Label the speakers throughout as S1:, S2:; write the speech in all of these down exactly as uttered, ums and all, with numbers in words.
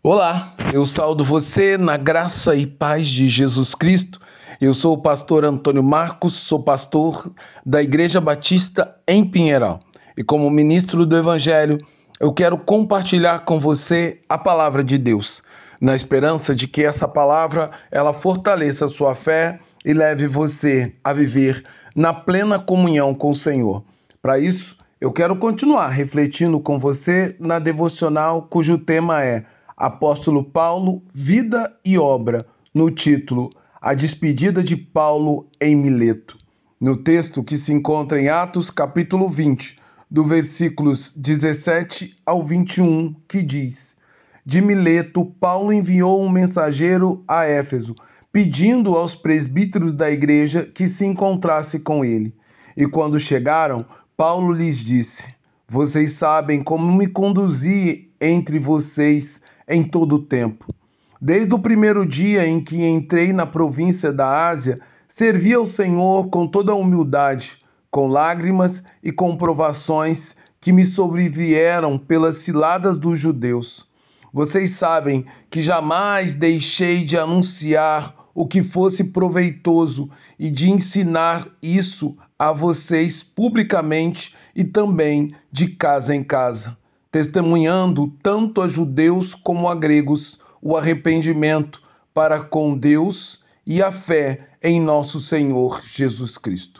S1: Olá, eu saúdo você na graça e paz de Jesus Cristo. Eu sou o pastor Antônio Marcos, sou pastor da Igreja Batista em Pinheiral. E como ministro do Evangelho, eu quero compartilhar com você a palavra de Deus, na esperança de que essa palavra ela fortaleça a sua fé e leve você a viver na plena comunhão com o Senhor. Para isso, eu quero continuar refletindo com você na devocional cujo tema é Apóstolo Paulo, Vida e Obra, no título A Despedida de Paulo em Mileto. No texto que se encontra em Atos capítulo vinte, do versículos dezessete ao vinte e um, que diz: De Mileto, Paulo enviou um mensageiro a Éfeso, pedindo aos presbíteros da igreja que se encontrasse com ele. E quando chegaram, Paulo lhes disse: Vocês sabem como me conduzi entre vocês em todo o tempo. Desde o primeiro dia em que entrei na província da Ásia, servi ao Senhor com toda a humildade, com lágrimas e com provações que me sobrevieram pelas ciladas dos judeus. Vocês sabem que jamais deixei de anunciar o que fosse proveitoso e de ensinar isso a vocês publicamente e também de casa em casa, testemunhando tanto a judeus como a gregos o arrependimento para com Deus e a fé em nosso Senhor Jesus Cristo.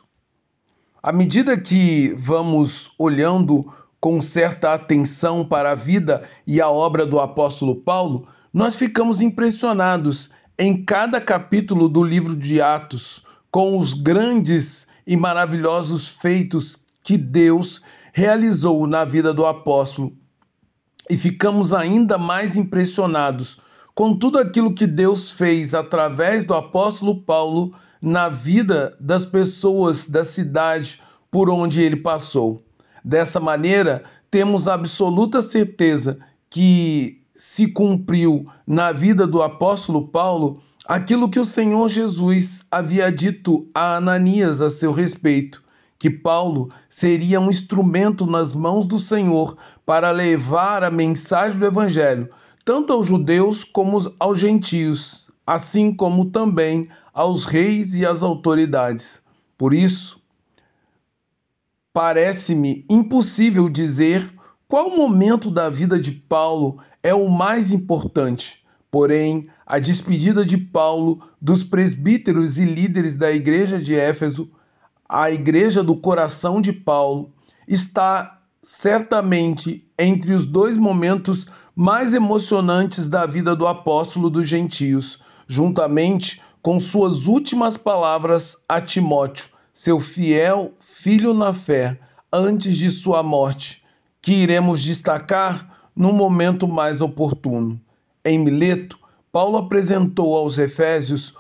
S1: À medida que vamos olhando com certa atenção para a vida e a obra do apóstolo Paulo, nós ficamos impressionados em cada capítulo do livro de Atos com os grandes e maravilhosos feitos que Deus realizou na vida do apóstolo. E ficamos ainda mais impressionados com tudo aquilo que Deus fez através do apóstolo Paulo na vida das pessoas da cidade por onde ele passou. Dessa maneira, temos absoluta certeza que se cumpriu na vida do apóstolo Paulo aquilo que o Senhor Jesus havia dito a Ananias a seu respeito, que Paulo seria um instrumento nas mãos do Senhor para levar a mensagem do Evangelho, tanto aos judeus como aos gentios, assim como também aos reis e às autoridades. Por isso, parece-me impossível dizer qual momento da vida de Paulo é o mais importante. Porém, a despedida de Paulo dos presbíteros e líderes da igreja de Éfeso, a igreja do coração de Paulo, está certamente entre os dois momentos mais emocionantes da vida do apóstolo dos gentios, juntamente com suas últimas palavras a Timóteo, seu fiel filho na fé, antes de sua morte, que iremos destacar no momento mais oportuno. Em Mileto, Paulo apresentou aos Efésios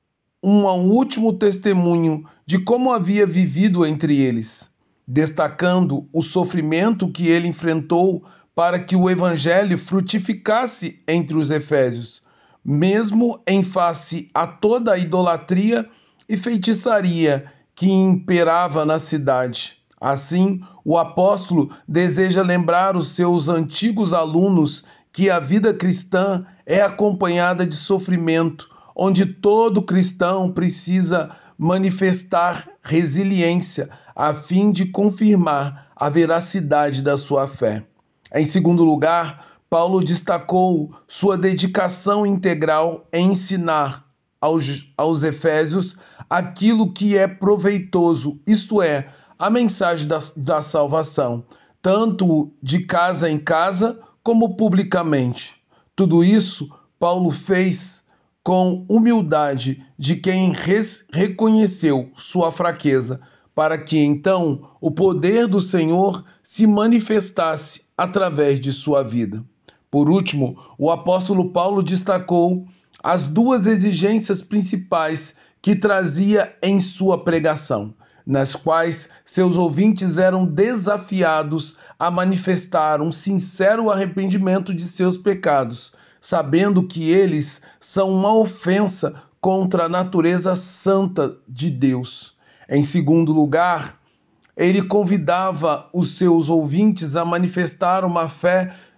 S1: um último testemunho de como havia vivido entre eles, destacando o sofrimento que ele enfrentou para que o evangelho frutificasse entre os efésios, mesmo em face a toda a idolatria e feitiçaria que imperava na cidade. Assim, o apóstolo deseja lembrar os seus antigos alunos que a vida cristã é acompanhada de sofrimento, onde todo cristão precisa manifestar resiliência a fim de confirmar a veracidade da sua fé. Em segundo lugar, Paulo destacou sua dedicação integral em ensinar aos, aos Efésios aquilo que é proveitoso, isto é, a mensagem da, da salvação, tanto de casa em casa como publicamente. Tudo isso Paulo fez com humildade de quem res, reconheceu sua fraqueza, para que então o poder do Senhor se manifestasse através de sua vida. Por último, o apóstolo Paulo destacou as duas exigências principais que trazia em sua pregação, nas quais seus ouvintes eram desafiados a manifestar um sincero arrependimento de seus pecados, sabendo que eles são uma ofensa contra a natureza santa de Deus. Em segundo lugar, ele convidava os seus ouvintes a manifestar uma fé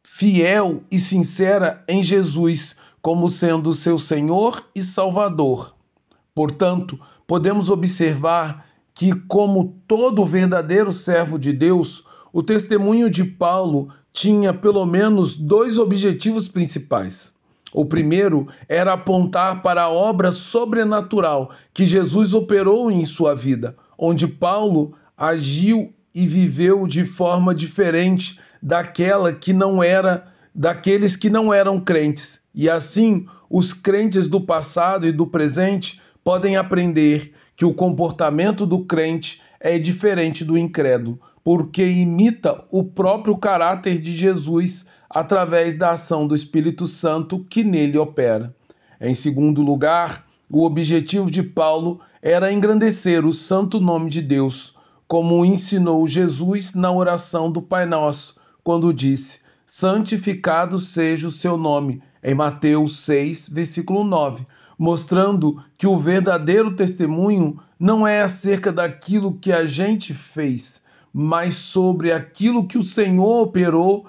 S1: fiel e sincera em Jesus como sendo seu Senhor e Salvador. Portanto, podemos observar que, como todo verdadeiro servo de Deus, o testemunho de Paulo tinha pelo menos dois objetivos principais. O primeiro era apontar para a obra sobrenatural que Jesus operou em sua vida, onde Paulo agiu e viveu de forma diferente daquela que não era daqueles que não eram crentes. E assim, os crentes do passado e do presente podem aprender que o comportamento do crente é diferente do incrédulo, porque imita o próprio caráter de Jesus através da ação do Espírito Santo que nele opera. Em segundo lugar, o objetivo de Paulo era engrandecer o santo nome de Deus, como ensinou Jesus na oração do Pai Nosso, quando disse: santificado seja o seu nome, em Mateus seis, versículo nove, mostrando que o verdadeiro testemunho não é acerca daquilo que a gente fez, mas sobre aquilo que o Senhor operou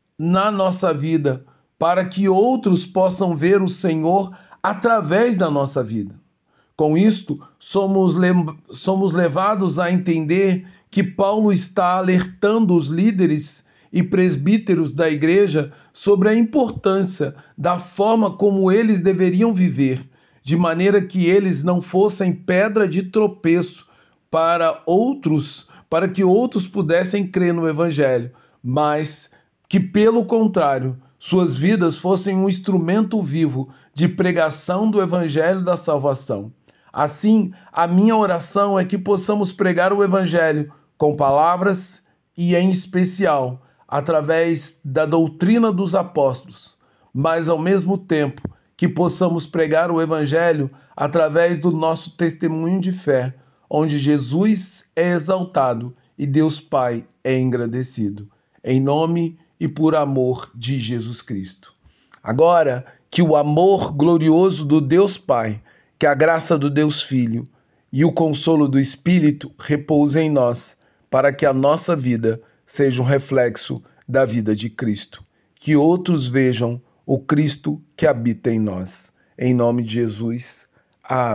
S1: na nossa vida, para que outros possam ver o Senhor através da nossa vida. Com isto, somos, somos levados a entender que Paulo está alertando os líderes e presbíteros da igreja sobre a importância da forma como eles deveriam viver, de maneira que eles não fossem pedra de tropeço para outros, para que outros pudessem crer no Evangelho, mas que, pelo contrário, suas vidas fossem um instrumento vivo de pregação do Evangelho da salvação. Assim, a minha oração é que possamos pregar o Evangelho com palavras e, em especial, através da doutrina dos apóstolos, mas, ao mesmo tempo, que possamos pregar o Evangelho através do nosso testemunho de fé, onde Jesus é exaltado e Deus Pai é engrandecido. Em nome e por amor de Jesus Cristo. Agora, que o amor glorioso do Deus Pai, que a graça do Deus Filho e o consolo do Espírito repousem em nós, para que a nossa vida seja um reflexo da vida de Cristo. Que outros vejam o Cristo que habita em nós. Em nome de Jesus. Amém.